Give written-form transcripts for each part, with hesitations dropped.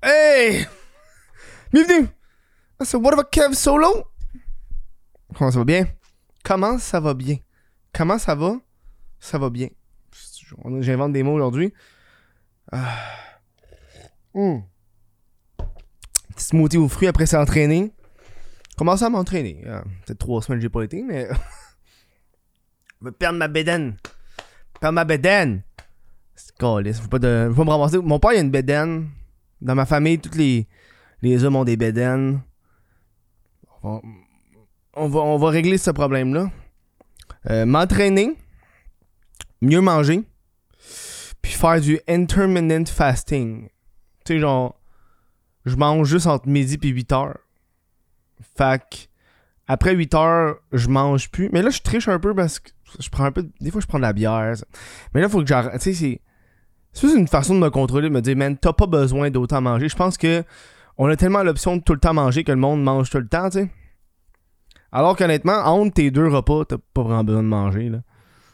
Hey! Bienvenue! C'est What About Kev Solo? Comment ça va bien? Comment ça va bien? Comment ça va? Ça va bien. J'invente des mots aujourd'hui. Petit smoothie aux fruits après s'entraîner. Commence à m'entraîner. Peut-être 3 semaines que j'ai pas été, mais... Je vais perdre ma bédaine. C'est caliste. Faut pas me ramasser. Mon père, il a une bédaine. Dans ma famille, tous les hommes ont des bédaines. On va régler ce problème-là. M'entraîner. Mieux manger. Puis faire du intermittent fasting. Tu sais, genre... Je mange juste entre midi et 8 heures. Fait que... Après 8 heures, je mange plus. Mais là, je triche un peu parce que je prends un peu... Des fois, je prends de la bière. Mais là, il faut que j'arrête. Tu sais, c'est une façon de me contrôler, de me dire, man, t'as pas besoin d'autant manger. Je pense que on a tellement l'option de tout le temps manger que le monde mange tout le temps, tu sais. Alors qu'honnêtement, entre tes 2 repas, t'as pas vraiment besoin de manger, là.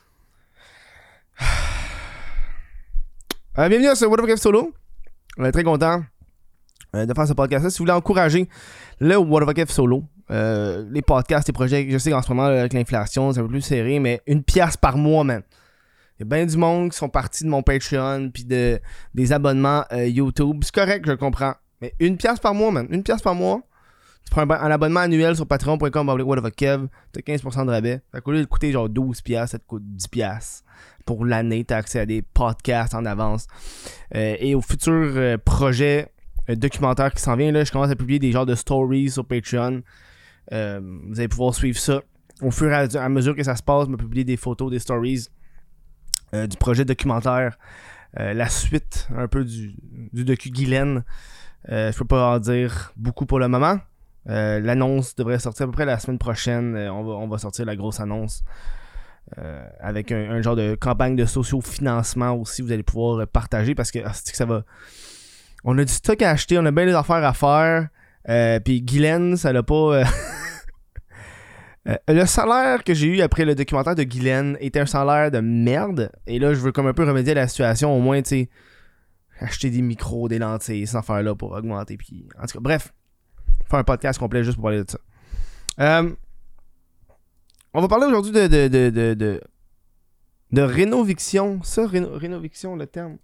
Bienvenue à ce What About Kev Solo. On est très content de faire ce podcast-là. Si vous voulez encourager le What About Kev Solo, les podcasts, les projets, je sais qu'en ce moment, avec l'inflation, c'est un peu plus serré, mais 1$ par mois, man. Il y a bien du monde qui sont partis de mon Patreon puis des abonnements YouTube. C'est correct, je le comprends. Mais 1$ par mois, man. 1$ par mois. Tu prends un abonnement annuel sur patreon.com/whataboutkev. T'as 15% de rabais. Ça coûte de coûter genre 12$, ça te coûte 10$. Pour l'année, t'as accès à des podcasts en avance. Et aux futurs projets documentaires qui s'en viennent, là, je commence à publier des genres de stories sur Patreon. Vous allez pouvoir suivre ça. Au fur et à mesure que ça se passe, me publier des photos, des stories du projet documentaire. La suite un peu du docu Guylaine. Je peux pas en dire beaucoup pour le moment. L'annonce devrait sortir à peu près la semaine prochaine. On va sortir la grosse annonce. Avec un genre de campagne de socio-financement aussi. Vous allez pouvoir partager parce que c'est que ça va... On a du stock à acheter. On a bien des affaires à faire. Puis Guylaine, ça l'a pas... le salaire que j'ai eu après le documentaire de Guylaine était un salaire de merde. Et là, je veux comme un peu remédier à la situation. Au moins, tu sais, acheter des micros, des lentilles, ces affaires-là pour augmenter. Puis... En tout cas, bref. Faire un podcast complet juste pour parler de ça. On va parler aujourd'hui de rénoviction. Ça, rénoviction, le terme.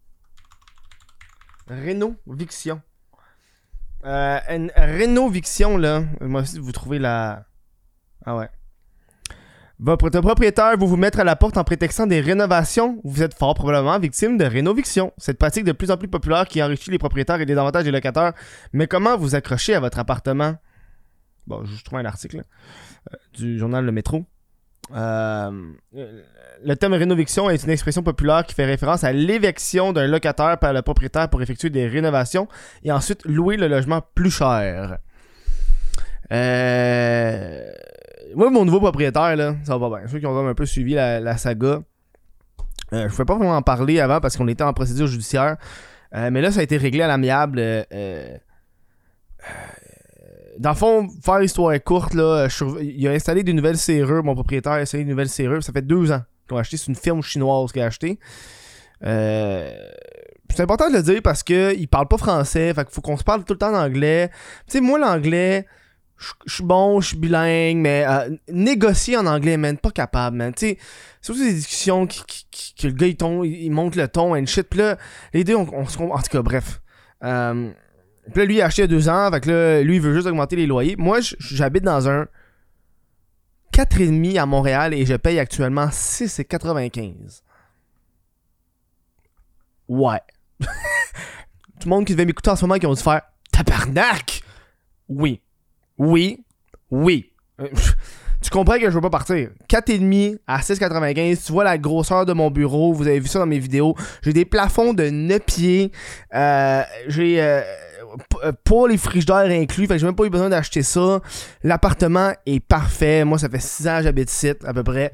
Rénoviction. Une rénoviction, là. Moi aussi, vous trouvez la... Ah ouais. Votre propriétaire va vous mettre à la porte en prétextant des rénovations. Vous êtes fort probablement victime de rénoviction. Cette pratique de plus en plus populaire qui enrichit les propriétaires et désavantage les locataires. Mais comment vous accrocher à votre appartement? Bon, je trouve un article du journal Le Métro. Le terme rénoviction est une expression populaire qui fait référence à l'éviction d'un locataire par le propriétaire pour effectuer des rénovations et ensuite louer le logement plus cher. Moi, mon nouveau propriétaire, là, ça va pas bien. Ceux qui ont un peu suivi la saga, je pouvais pas vraiment en parler avant parce qu'on était en procédure judiciaire. Mais là, ça a été réglé à l'amiable. Dans le fond, faire l'histoire courte, là, il a installé des nouvelles serrures. Mon propriétaire a installé des nouvelles serrures. Ça fait 2 ans qu'on a acheté. C'est une firme chinoise qu'il a acheté. C'est important de le dire parce qu'il parle pas français. Fait qu'il faut qu'on se parle tout le temps en anglais. Tu sais, moi, l'anglais... Je suis bon, je suis bilingue, mais négocier en anglais, man, pas capable, man. Tu sais, c'est aussi des discussions que le gars, il monte le ton and shit. Pis là, les deux, on se comprend. En tout cas, bref. Pis là, lui, il a acheté il y a 2 ans. Fait que là, lui, il veut juste augmenter les loyers. Moi, j'habite dans un 4,5 à Montréal et je paye actuellement 6,95. Ouais. Tout le monde qui devait m'écouter en ce moment qui ont dû faire tabarnak! Oui. Tu comprends que je veux pas partir. 4,5 à 6,95. Tu vois la grosseur de mon bureau. Vous avez vu ça dans mes vidéos. J'ai des plafonds de 9 pieds. J'ai pas les frigidaires inclus. Fait que j'ai même pas eu besoin d'acheter ça. L'appartement est parfait. Moi, ça fait 6 ans que j'habite ici, à peu près.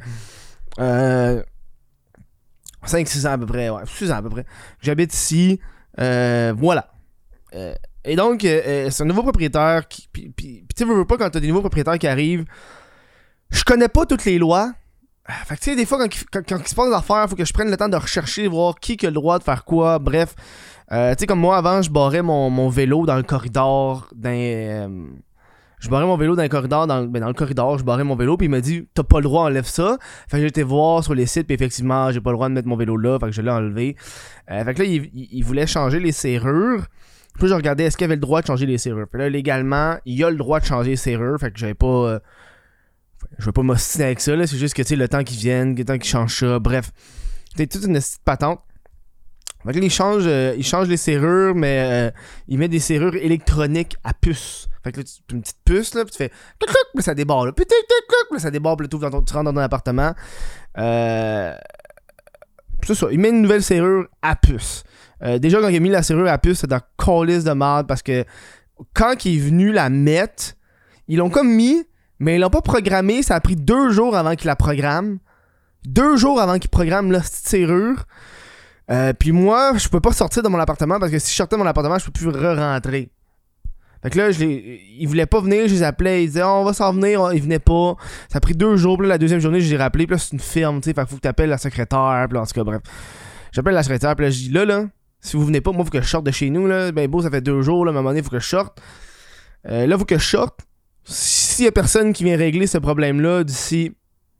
5-6 ans à peu près. Ouais, 6 ans à peu près. J'habite ici. Voilà. Et donc, c'est un nouveau propriétaire qui... Puis tu sais, veux pas quand t'as des nouveaux propriétaires qui arrivent. Je connais pas toutes les lois. Fait que tu sais, des fois, quand il se passe des affaires, il faut que je prenne le temps de rechercher, voir qui a le droit de faire quoi. Bref, Tu sais, comme moi, avant, je barrais mon vélo dans le corridor je barrais mon vélo dans le corridor, dans le corridor, je barrais mon vélo, puis il m'a dit t'as pas le droit, enlève ça. Fait que j'ai été voir sur les sites, puis effectivement, j'ai pas le droit de mettre mon vélo là, fait que je l'ai enlevé. Fait que là, il voulait changer les serrures. Puis je regardais est-ce qu'il avait le droit de changer les serrures. Puis là, légalement, il a le droit de changer les serrures, fait que j'avais pas. Je vais pas m'ostiner avec ça, là, c'est juste que tu sais, le temps qu'ils viennent, le temps qu'ils changent ça, bref. C'est toute une petite patente. Fait que là, il change les serrures, mais il met des serrures électroniques à puce. Fait que là, tu as une petite puce, là, puis tu fais clic, clic, puis ça débarre, là. Puis ça débarre, puis tu rentres dans ton appartement. Puis c'est ça, il met une nouvelle serrure à puce. Déjà, quand il a mis la serrure à puce, c'est dans calice de merde, parce que quand il est venu la mettre, ils l'ont comme mis, mais ils l'ont pas programmé. Ça a pris 2 jours avant qu'il la programme. 2 jours avant qu'il programme la petite serrure. Puis moi, je peux pas sortir de mon appartement parce que si je sortais de mon appartement, je peux plus re-rentrer. Fait que là, ils voulaient pas venir, je les appelais, ils disaient on va s'en venir, ils venaient pas. Ça a pris 2 jours, puis là, la deuxième journée, je les ai rappelés, puis là, c'est une firme, tu sais, fait qu'il faut que t'appelles la secrétaire, puis là, en tout cas, bref. J'appelle la secrétaire, puis là, je dis là, si vous venez pas, moi, faut que je sorte de chez nous, là, ben beau, ça fait 2 jours, là, à un moment donné, faut que je sorte. Là, faut que je sorte. S'il y a personne qui vient régler ce problème-là d'ici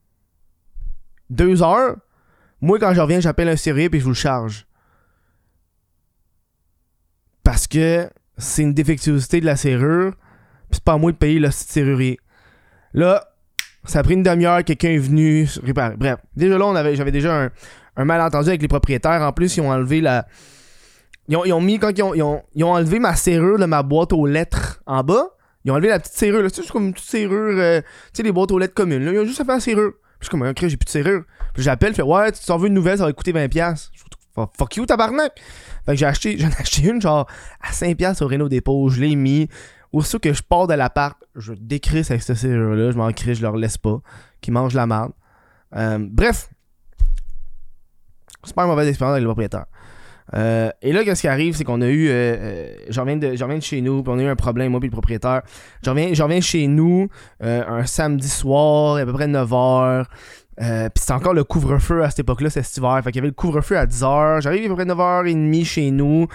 2 heures, moi, quand je reviens, j'appelle un serrurier puis je vous le charge. Parce que c'est une défectuosité de la serrure, puis c'est pas à moi de payer le serrurier. Là, ça a pris une demi-heure, quelqu'un est venu réparer. Bref, déjà là, j'avais déjà un malentendu avec les propriétaires. En plus, ils ont enlevé la... Ils ont enlevé ma serrure de ma boîte aux lettres en bas. Ils ont enlevé la petite serrure, là. C'est comme une petite serrure, tu sais, les boîtes aux lettres communes. Là. Ils ont juste fait la serrure. Puis je suis comme, ok, j'ai plus de serrure. Puis j'appelle, je fais, ouais, tu t'en veux une nouvelle, ça va coûter 20$. Fuck you, tabarnak! Fait que j'en ai acheté une, genre, à 5$ au Renault Dépôt. Je l'ai mis. Aussitôt que je pars de l'appart, je décrisse avec cette serrure-là. Je m'en crisse, je leur laisse pas. Qu'ils mangent la merde. Bref. Super mauvaise expérience avec le propriétaire. Et là, qu'est-ce qui arrive, c'est qu'on a eu... j'en reviens de chez nous, puis on a eu un problème, moi puis le propriétaire. J'en reviens chez nous un samedi soir, à peu près 9h. Puis c'était encore le couvre-feu à cette époque-là, c'est cet hiver. Fait qu'il y avait le couvre-feu à 10h. J'arrive à peu près 9h30 chez nous.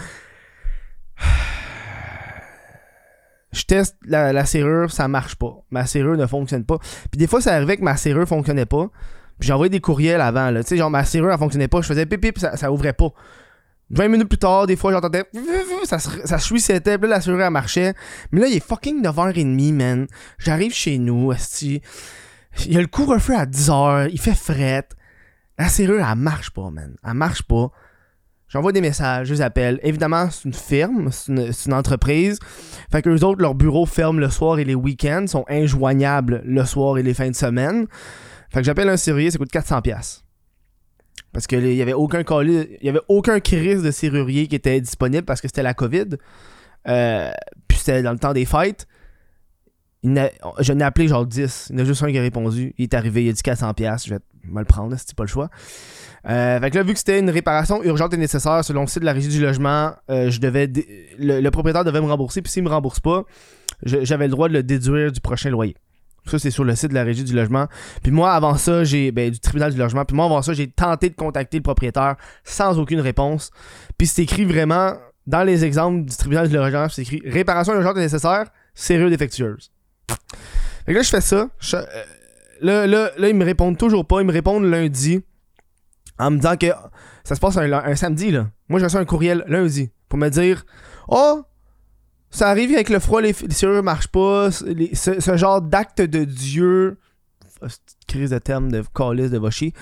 Je teste la serrure, ça marche pas. Ma serrure ne fonctionne pas. Puis des fois, ça arrivait que ma serrure fonctionnait pas. Puis j'ai envoyé des courriels avant, là. Tu sais, genre ma serrure, elle fonctionnait pas. Je faisais pip, ça ouvrait pas. 20 minutes plus tard, des fois, j'entendais ça chouissait, puis là, la serrure, elle marchait. Mais là, il est fucking 9h30, man. J'arrive chez nous, esti. Il y a le couvre-feu à 10h, il fait fret. La serrure, elle marche pas, man. Elle marche pas. J'envoie des messages, je les appelle. Évidemment, c'est une firme, c'est une entreprise. Fait qu'eux autres, leur bureau ferme le soir et les week-ends, sont injoignables le soir et les fins de semaine. Fait que j'appelle un serrurier, ça coûte 400$. Parce qu'il y avait aucun crise de serrurier qui était disponible parce que c'était la COVID. Puis c'était dans le temps des fêtes. Je n'ai appelé genre 10. Il y en a juste un qui a répondu. Il est arrivé, il a dit 400$. Je vais me le prendre, c'était pas le choix. Fait que là, vu que c'était une réparation urgente et nécessaire selon le site de la Régie du logement, le propriétaire devait me rembourser. Puis s'il me rembourse pas, j'avais le droit de le déduire du prochain loyer. Ça, c'est sur le site de la Régie du logement. Puis moi, avant ça, du tribunal du logement. Puis moi, avant ça, j'ai tenté de contacter le propriétaire sans aucune réponse. Puis c'est écrit vraiment, dans les exemples du tribunal du logement, c'est écrit « Réparation urgente et nécessaire, serrure défectueuse ». Fait que là, je fais ça. Là, ils me répondent toujours pas. Ils me répondent lundi en me disant que ça se passe un samedi, là. Moi, je reçois un courriel lundi pour me dire « Oh, ça arrive avec le froid, les serrures marchent pas. Ce genre d'acte de Dieu. » Crise de terme de calice de va chier.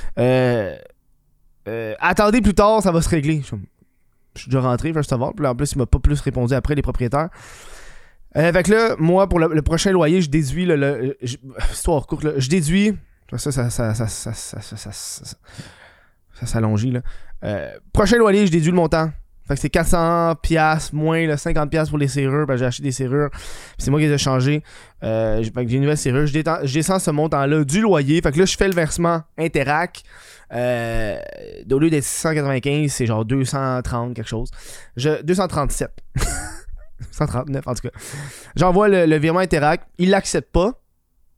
Attendez plus tard, ça va se régler. Je suis déjà rentré, first of all. Puis là, en plus, il m'a pas plus répondu après, les propriétaires. Fait que là, moi, pour le prochain loyer, je déduis histoire courte, là, je déduis. Ça s'allonge, là. Prochain loyer, je déduis le montant. Fait que c'est 400$ moins le 50$ pour les serrures. J'ai acheté des serrures. C'est moi qui les ai changées. Fait que j'ai une nouvelle serrure. Je descends ce montant-là du loyer. Fait que là, je fais le versement Interac. Au lieu d'être 695, c'est genre 230 quelque chose. 237. 139 en tout cas. J'envoie le virement Interac. Il l'accepte pas.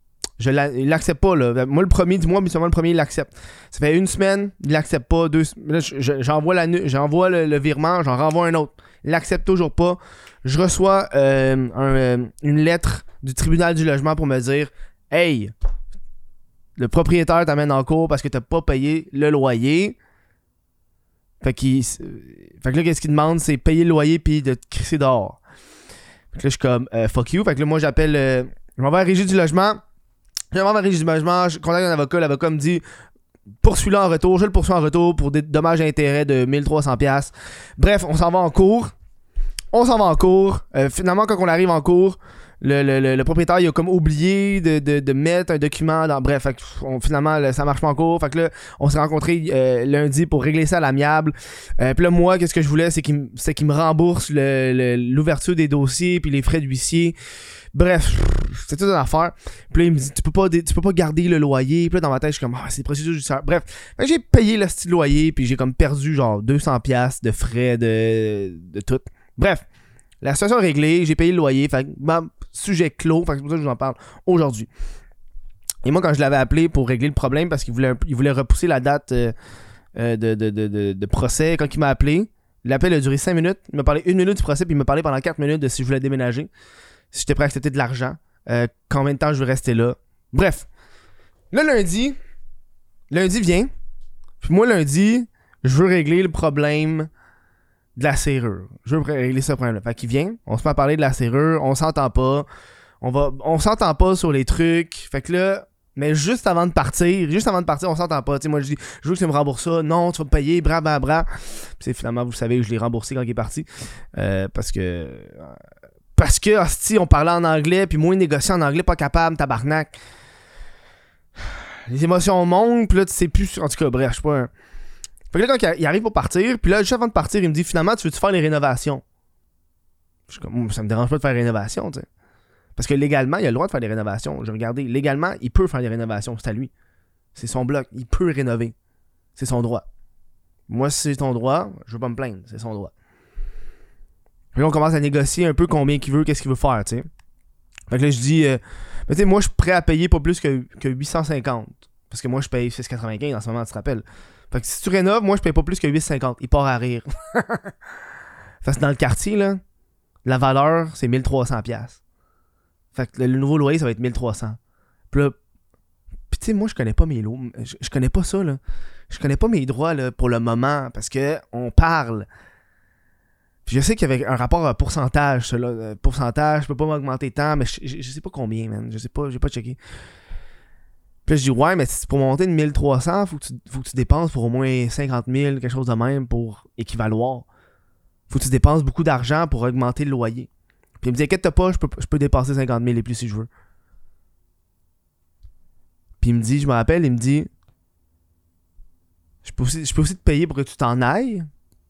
Il l'accepte pas, là. Moi, le premier du mois, mais seulement le premier, il l'accepte. Ça fait 1 semaine, il l'accepte pas. 2 là, j'envoie le virement, j'en renvoie un autre. Il l'accepte toujours pas. Je reçois une lettre du tribunal du logement pour me dire « Hey, le propriétaire t'amène en cours parce que t'as pas payé le loyer. » Fait que là, qu'est-ce qu'il demande? C'est payer le loyer puis de te crisser dehors. Fait que là, je suis comme fuck you. Fait que là, moi, j'appelle... je m'en vais à la régie du logement. Je contacte un avocat. L'avocat me dit poursuis-le en retour. Je le poursuis en retour pour des dommages et intérêts de 1300$. Bref, on s'en va en cours. Finalement, quand on arrive en cours, le propriétaire il a comme oublié de mettre un document dans. Bref, finalement, ça marche pas en cours. Fait que là, on s'est rencontrés lundi pour régler ça à l'amiable. Puis là, moi, qu'est-ce que je voulais, c'est qu'il me rembourse l'ouverture des dossiers puis les frais d'huissier. Bref, c'est toute une affaire. Puis là, il me dit tu peux pas garder le loyer. Puis là, dans ma tête, je suis comme c'est des procédures judiciaires. Bref, j'ai payé le style loyer puis j'ai comme perdu genre 200$ de frais de tout. Bref, la situation est réglée, j'ai payé le loyer, fait que sujet clos, fait que c'est pour ça que je vous en parle aujourd'hui. Et moi, quand je l'avais appelé pour régler le problème, parce qu'il voulait repousser la date de procès, quand il m'a appelé, l'appel a duré 5 minutes, il m'a parlé 1 minute du procès, puis il m'a parlé pendant 4 minutes de si je voulais déménager, si j'étais prêt à accepter de l'argent, combien de temps je veux rester là. Bref, là, lundi vient, puis moi, lundi, je veux régler le problème de la serrure. Je veux régler ce problème-là. Fait qu'il vient, on se met à parler de la serrure, on s'entend pas. On s'entend pas sur les trucs. Fait que là, mais juste avant de partir, on s'entend pas. Tu sais, moi, je dis, je veux que tu me rembourses ça. Non, tu vas me payer, bra. Puis finalement, vous savez, je l'ai remboursé quand il est parti. Parce que, hostie, on parlait en anglais, puis moi, négocier en anglais, pas capable, tabarnak. Les émotions montent, puis là, tu sais plus. En tout cas, bref, je sais pas un. Fait que là, quand il arrive pour partir, puis là, juste avant de partir, il me dit finalement, tu veux-tu faire les rénovations? Je suis comme, ça me dérange pas de faire les rénovations, tu sais. Parce que légalement, il a le droit de faire des rénovations. J'ai regardé, légalement, il peut faire des rénovations, c'est à lui. C'est son bloc, il peut rénover. C'est son droit. Moi, si c'est ton droit, je veux pas me plaindre, c'est son droit. Puis là, on commence à négocier un peu combien qu'il veut, qu'est-ce qu'il veut faire, tu sais. Fait que là, je dis, mais tu sais, moi, je suis prêt à payer pas plus que 850. Parce que moi, je paye 6,95 en ce moment, tu te rappelles. Fait que si tu rénoves, moi je paye pas plus que 8,50. Il part à rire. Parce que dans le quartier, là, la valeur, c'est 1300$. Fait que le nouveau loyer, ça va être 1300$. Puis là, tu sais, moi je connais pas mes lots. Je connais pas ça, là. Je connais pas mes droits, là, pour le moment. Parce que on parle. Puis je sais qu'il y avait un rapport à pourcentage, ça, là. Pourcentage, je peux pas m'augmenter tant, mais je sais pas combien, man. Je sais pas, j'ai pas checké. Puis là, je dis, ouais, mais pour monter de 1300, faut que tu dépenses pour au moins 50 000, quelque chose de même, pour équivaloir. Faut que tu dépenses beaucoup d'argent pour augmenter le loyer. Puis il me dit, inquiète-toi pas, je peux dépasser 50 000 et plus si je veux. Puis il me dit, je me rappelle, il me dit, je peux aussi te payer pour que tu t'en ailles.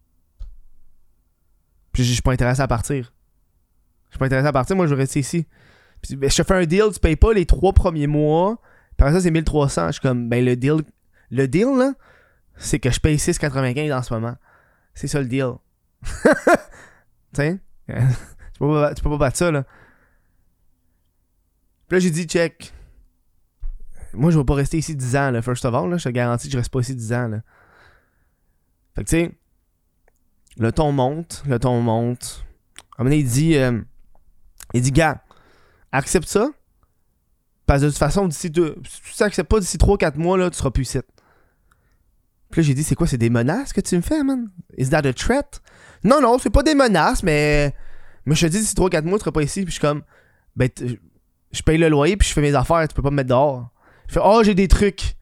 Puis je suis pas intéressé à partir. Moi je veux rester ici. Puis ben, je te fais un deal, tu payes pas les 3 premiers mois. Puis après ça, c'est 1300. Je suis comme, ben le deal, là, c'est que je paye 6,95 en ce moment. C'est ça le deal. Tu sais? Tu peux pas battre ça, là. Puis là, j'ai dit, check. Moi, je vais pas rester ici 10 ans, là. First of all, là. Je te garantis que je reste pas ici 10 ans, là. Fait que, tu sais, le ton monte. À un moment donné, il dit, gars, accepte ça. Parce que de toute façon, si tu n'acceptes pas d'ici 3-4 mois, là, tu seras plus ici. Puis là, j'ai dit, c'est quoi, c'est des menaces que tu me fais, man? Is that a threat? Non, c'est pas des menaces, mais je te dis, d'ici 3-4 mois, tu seras pas ici. Puis je suis comme, ben, je paye le loyer, puis je fais mes affaires, tu peux pas me mettre dehors. Je fais, j'ai des trucs.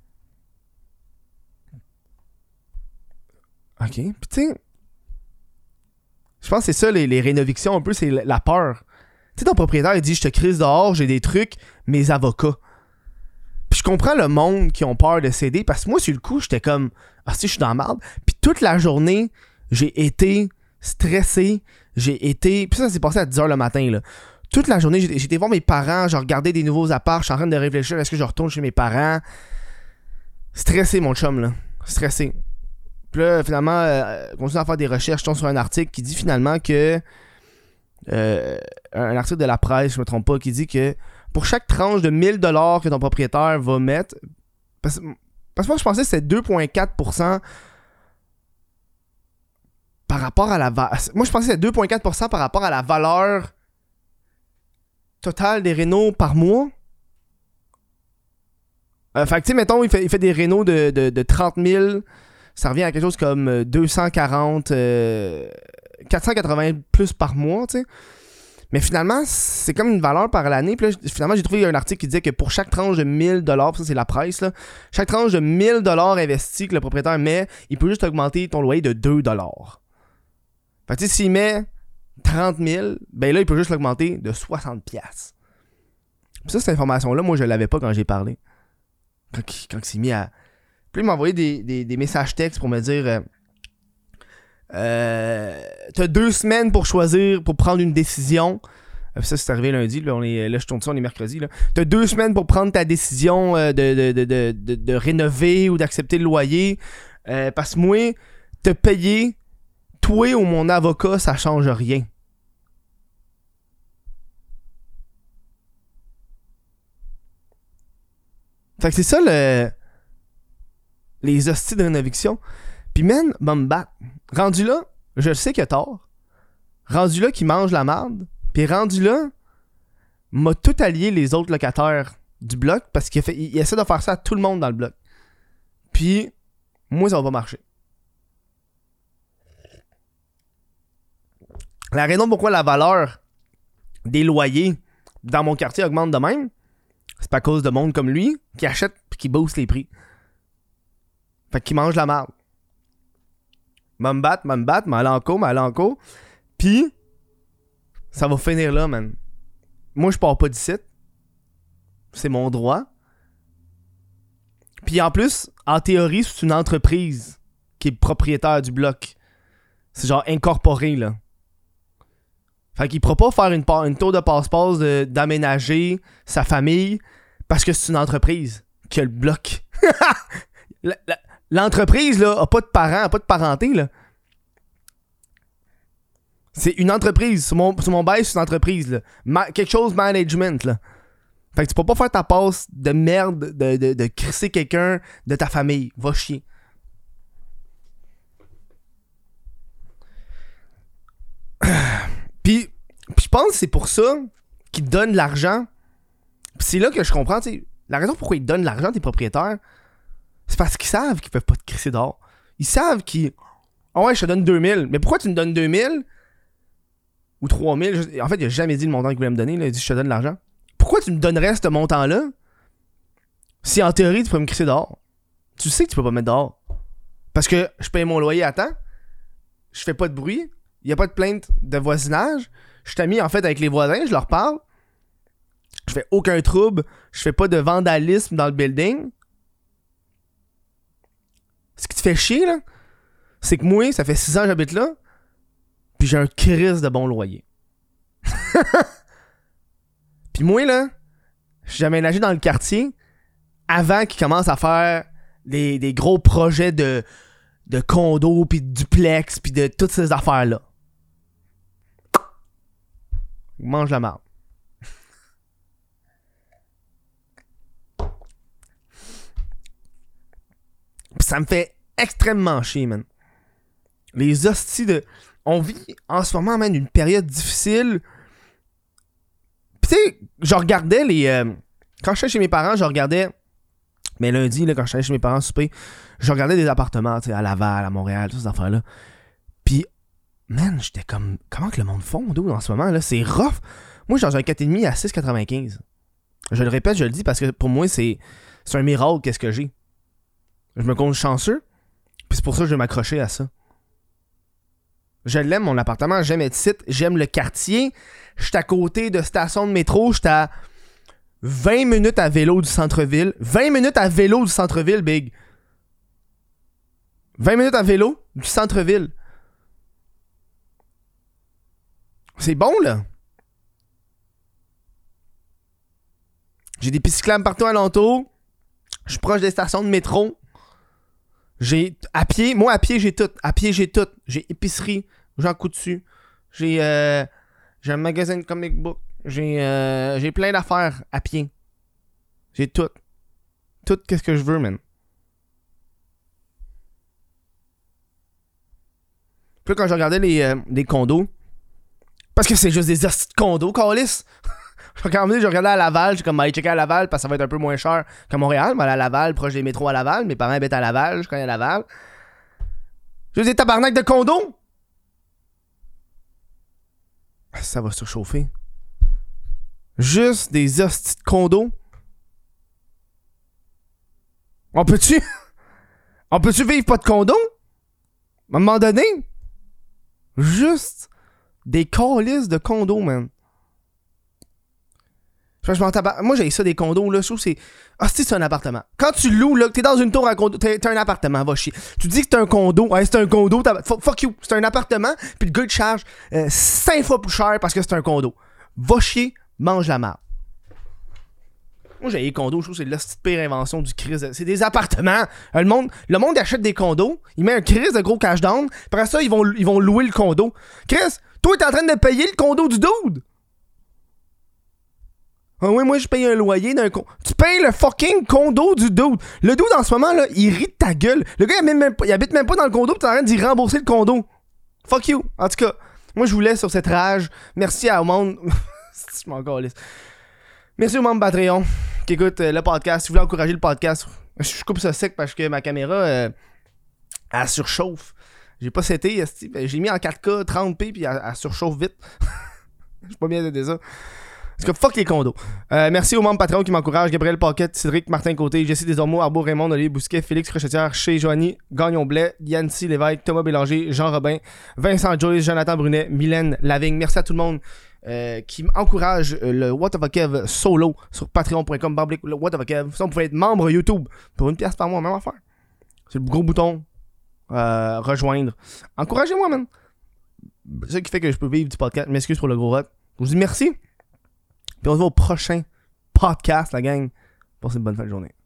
Ok, puis tu sais, je pense que c'est ça, les rénovictions, un peu, c'est la peur. Tu sais, ton propriétaire, il dit, je te crise dehors, j'ai des trucs, mes avocats. Puis je comprends le monde qui ont peur de céder, parce que moi, sur le coup, j'étais comme, si je suis dans la merde. Puis toute la journée, j'ai été stressé, puis ça s'est passé à 10h le matin, là. Toute la journée, j'étais voir mes parents, je regardais des nouveaux apparts, je suis en train de réfléchir, est-ce que je retourne chez mes parents? Stressé, mon chum, là. Stressé. Puis là, finalement, continue à faire des recherches, je tombe sur un article qui dit finalement que un article de la presse, je me trompe pas, qui dit que pour chaque tranche de 1000$ que ton propriétaire va mettre, parce que moi je pensais que c'était 2,4% par rapport à la moi je pensais que c'était 2,4% par rapport à la valeur totale des rénaux par mois. Fait que tu sais, mettons, il fait des rénaux de 30 000, ça revient à quelque chose comme 240, 480 plus par mois, tu sais. Mais finalement, c'est comme une valeur par l'année. Puis là, finalement, j'ai trouvé un article qui disait que pour chaque tranche de 1000$, ça c'est la presse, là, chaque tranche de 1000$ investi que le propriétaire met, il peut juste augmenter ton loyer de 2$. Fait que tu sais, s'il met 30 000, ben là, il peut juste l'augmenter de 60$. Puis ça, cette information-là, moi, je l'avais pas quand j'ai parlé. Quand il s'est mis à... Puis il m'a envoyé des messages textes pour me dire... t'as 2 semaines pour choisir, pour prendre une décision. Ça, c'est arrivé lundi. Là, je tourne ça, on est mercredi. Là. T'as 2 semaines pour prendre ta décision de rénover ou d'accepter le loyer. Parce que moi, te payer, toi ou mon avocat, ça change rien. Fait que c'est ça les hosties de rénoviction. Puis man, va me battre. Rendu là, je sais qu'il a tort. Rendu là, qu'il mange la marde. Puis rendu là, m'a tout allié les autres locataires du bloc parce qu'il essaie de faire ça à tout le monde dans le bloc. Puis, moi, ça va pas marcher. La raison pourquoi la valeur des loyers dans mon quartier augmente de même, c'est pas à cause de monde comme lui qui achète et qui booste les prix. Fait qu'il mange la marde. M'a me battre, m'aller en cours. Puis, ça va finir là, man. Moi, je pars pas d'ici. C'est mon droit. Puis en plus, en théorie, c'est une entreprise qui est propriétaire du bloc. C'est genre incorporé, là. Fait qu'il pourra pas faire une tour de passe-passe d'aménager sa famille parce que c'est une entreprise qui a le bloc. L'entreprise, là, a pas de parents, a pas de parenté, là. C'est une entreprise. Sur mon bail, c'est une entreprise, là. Quelque chose management, là. Fait que tu peux pas faire ta passe de merde de crisser quelqu'un de ta famille. Va chier. Puis je pense que c'est pour ça qu'ils te donnent de l'argent. Puis c'est là que je comprends, tu sais. La raison pourquoi ils te donnent de l'argent, tes propriétaires, c'est parce qu'ils savent qu'ils peuvent pas te crisser dehors. Ils savent qu'ils... Ah ouais, je te donne 2000. Mais pourquoi tu me donnes 2000 ou 3000? En fait, il a jamais dit le montant qu'il voulait me donner. Là. Il a dit je te donne l'argent. Pourquoi tu me donnerais ce montant-là si en théorie tu peux me crisser dehors? Tu sais que tu peux pas me mettre dehors. Parce que je paye mon loyer à temps. Je fais pas de bruit. Il y a pas de plainte de voisinage. Je suis ami en fait avec les voisins. Je leur parle. Je fais aucun trouble. Je fais pas de vandalisme dans le building. Ce qui te fait chier, là, c'est que moi, ça fait 6 ans que j'habite là, puis j'ai un crise de bon loyer. Puis moi, là, j'ai aménagé dans le quartier avant qu'ils commencent à faire des gros projets de condos, puis de duplex, puis de toutes ces affaires-là. Mange la marde. Pis ça me fait extrêmement chier, man. Les hosties de... On vit en ce moment, man, une période difficile. Pis tu sais, je regardais les... Quand j'étais chez mes parents, je regardais... Mais lundi, là, quand j'étais chez mes parents souper, je regardais des appartements, tu sais, à Laval, à Montréal, toutes ces affaires-là. Pis, man, j'étais comme... Comment que le monde fond, d'où, en ce moment, là? C'est rough. Moi, je suis dans un 4,5 à 6,95. Je le répète, je le dis, parce que pour moi, c'est un miracle, qu'est-ce que j'ai. Je me compte chanceux, puis c'est pour ça que je vais m'accrocher à ça. Je l'aime, mon appartement, j'aime être ici, j'aime le quartier. Je suis à côté de station de métro, je suis à 20 minutes à vélo du centre-ville. 20 minutes à vélo du centre-ville, big. 20 minutes à vélo du centre-ville. C'est bon, là. J'ai des pistes cyclables partout alentour. Je suis proche des stations de métro. J'ai à pied, moi à pied j'ai tout. À pied j'ai tout. J'ai épicerie, Jean Coutu. J'ai un magasin de comic book. J'ai plein d'affaires à pied. J'ai tout. Tout qu'est-ce que je veux, man. Puis là, quand je regardais les condos, parce que c'est juste des hosties de condos, câlisse. Je regardais à Laval, j'ai comme aller checker à Laval parce que ça va être un peu moins cher qu'à Montréal. Mais à Laval, proche des métros à Laval. Mes parents habitent à Laval, je connais Laval. J'ai des tabarnak de condos. Ça va surchauffer. Juste des hosties de condos. On peut-tu vivre pas de condo? À un moment donné? Juste des câlisses de condos, man. Moi, j'ai ça des condos, là. Je trouve que c'est. Ah, c'est un appartement. Quand tu loues, là, que t'es dans une tour à condo, t'es un appartement, va chier. Tu dis que c'est un condo, ouais, c'est un condo, fuck you. C'est un appartement, puis le gars, il te charge 5 fois plus cher parce que c'est un condo. Va chier, mange la marde. Moi, j'ai les condos, je trouve que c'est la pire invention du crise. C'est des appartements. Le monde achète des condos, il met un crise de gros cash down, puis après ça, ils vont louer le condo. Chris, toi, t'es en train de payer le condo du dude. Ah oui, moi je paye un loyer d'un condo. Tu payes le fucking condo du dude. Le dude en ce moment là, il rit de ta gueule. Le gars il habite même pas dans le condo pis t'es en train d'y rembourser le condo. Fuck you. En tout cas, moi je vous laisse sur cette rage. Merci au monde. Je m'en calisse. Merci aux membres Patreon qui écoutent le podcast. Si vous voulez encourager le podcast, je coupe ça sec parce que ma caméra elle surchauffe. J'ai pas seté, j'ai mis en 4K 30p puis elle surchauffe vite. Je suis pas bien de ça. Parce que fuck les condos. Merci aux membres Patreon qui m'encouragent. Gabriel Paquette, Cédric Martin Côté, Jessie Desormeaux, Arbo Raymond, Olivier Bousquet, Félix Crochetière, Chez Joanie, Gagnon Blais, Yancy Lévesque, Thomas Bélanger, Jean Robin, Vincent Joyce, Jonathan Brunet, Mylène Lavigne. Merci à tout le monde qui m'encourage le What of a Kev solo sur patreon.com. Le What of a Kev. Ça, vous pouvez être membre YouTube pour 1$ par mois, même affaire. C'est le gros bouton rejoindre. Encouragez-moi, man. C'est ça qui fait que je peux vivre du podcast. M'excuse pour le gros rot. Je vous dis merci. Puis on se voit au prochain podcast, la gang. Passez une bonne fin de journée.